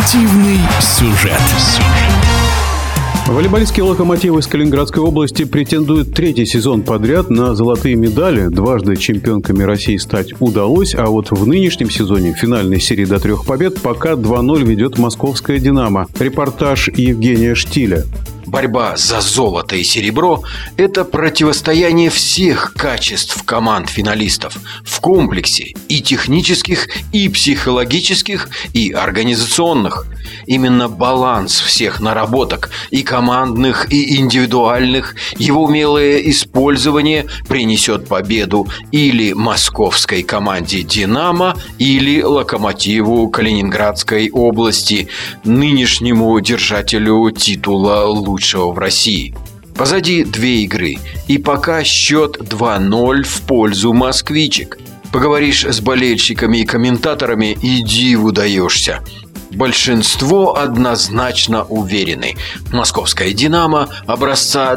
Спортивный сюжет. Волейболистские «Локомотивы» из Калининградской области претендуют третий сезон подряд на золотые медали. Дважды чемпионками России стать удалось, а вот в нынешнем сезоне в финальной серии до 3 побед пока 2-0 ведет московская «Динамо». Репортаж Евгения Штиля. Борьба за золото и серебро – это противостояние всех качеств команд финалистов в комплексе и технических, и психологических, и организационных. Именно баланс всех наработок и командных, и индивидуальных, его умелое использование принесет победу или московской команде «Динамо», или «Локомотиву» Калининградской области, нынешнему держателю титула лучшего в России. Позади 2 игры, и пока счет 2-0 в пользу москвичек. Поговоришь с болельщиками и комментаторами, и диву даешься. Большинство однозначно уверены: московская «Динамо» образца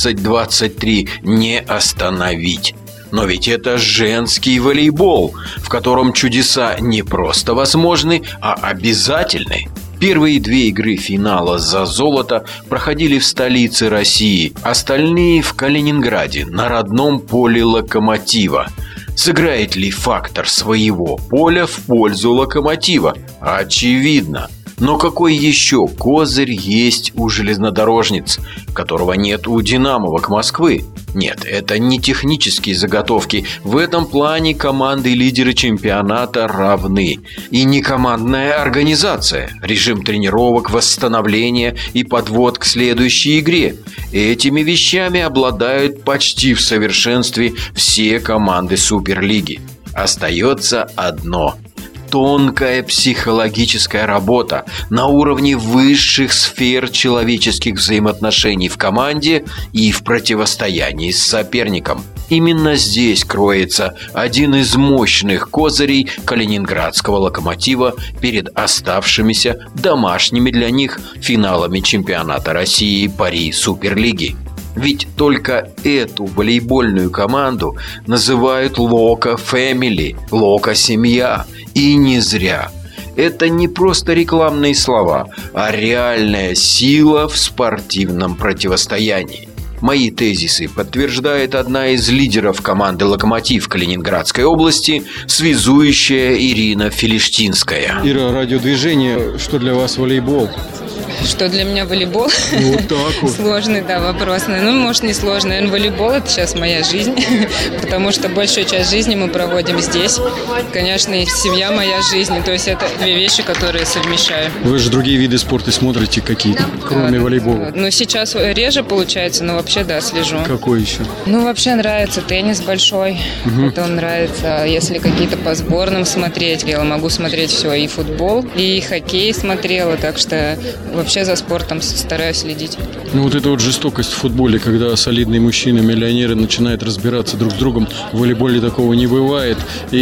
2023 не остановить. Но ведь это женский волейбол, в котором чудеса не просто возможны, а обязательны. Первые 2 игры финала за золото проходили в столице России, остальные в Калининграде, на родном поле «Локомотива». Сыграет ли фактор своего поля в пользу «Локомотива»? Очевидно. Но какой еще козырь есть у железнодорожниц, которого нет у «Динамовок» Москвы? Нет, это не технические заготовки. В этом плане команды и лидеры чемпионата равны. И не командная организация, режим тренировок, восстановления и подвод к следующей игре. Этими вещами обладают почти в совершенстве все команды Суперлиги. Остается одно – тонкая психологическая работа на уровне высших сфер человеческих взаимоотношений в команде и в противостоянии с соперником. Именно здесь кроется один из мощных козырей калининградского «Локомотива» перед оставшимися домашними для них финалами чемпионата России Пари Суперлиги. Ведь только эту волейбольную команду называют «Локо Фэмили», «Локо Семья». И не зря. Это не просто рекламные слова, а реальная сила в спортивном противостоянии. Мои тезисы подтверждает одна из лидеров команды «Локомотив» Калининградской области, связующая Ирина Филиштинская. Ира, радиодвижение, что для вас волейбол? Что для меня волейбол? Вот так вот. Сложный, да, вопрос. Ну, может, не сложный. Наверное, волейбол – это сейчас моя жизнь, потому что большую часть жизни мы проводим здесь. Конечно, и семья – моя жизнь. То есть это 2 вещи, которые совмещаю. Вы же другие виды спорта смотрите какие-то, кроме волейбола? Ну, сейчас реже получается, но вообще, да, слежу. Какой еще? Ну, вообще нравится теннис большой. Потом нравится, если какие-то по сборным смотреть. Я могу смотреть все, и футбол, и хоккей смотрела, так что вообще за спортом стараюсь следить. Ну вот эта вот жестокость в футболе, когда солидные мужчины, миллионеры начинают разбираться друг с другом, в волейболе такого не бывает.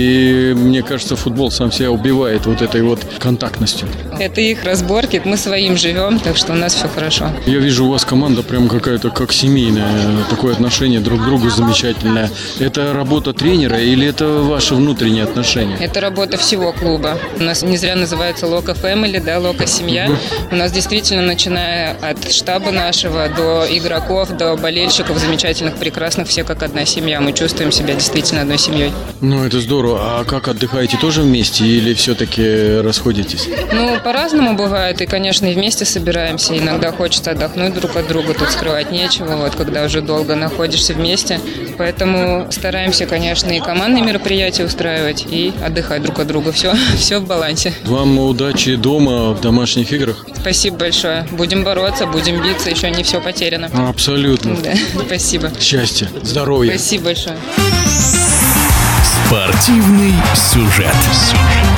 И мне кажется, футбол сам себя убивает вот этой вот контактностью. Это их разборки, мы своим живем, так что у нас все хорошо. Я вижу, у вас команда прям какая-то как семейная, такое отношение друг к другу замечательное. Это работа тренера или это ваши внутренние отношения? Это работа всего клуба. У нас не зря называется «Локо Фэмили», да, «Локо Семья». У нас действительно, начиная от штаба нашего до игроков, до болельщиков замечательных, прекрасных, все как одна семья. Мы чувствуем себя действительно одной семьей. Ну, это здорово. А как отдыхаете, тоже вместе или все-таки расходитесь? Ну, по-разному бывает. И, конечно, и вместе собираемся. Иногда хочется отдохнуть друг от друга. Тут скрывать нечего, вот, когда уже долго находишься вместе. Поэтому стараемся, конечно, и командные мероприятия устраивать, и отдыхать друг от друга. Все в балансе. Вам удачи дома в домашних играх. Спасибо большое. Будем бороться, будем биться. Еще не все потеряно. Абсолютно. Да, спасибо. Счастья, здоровья. Спасибо большое. Спортивный сюжет.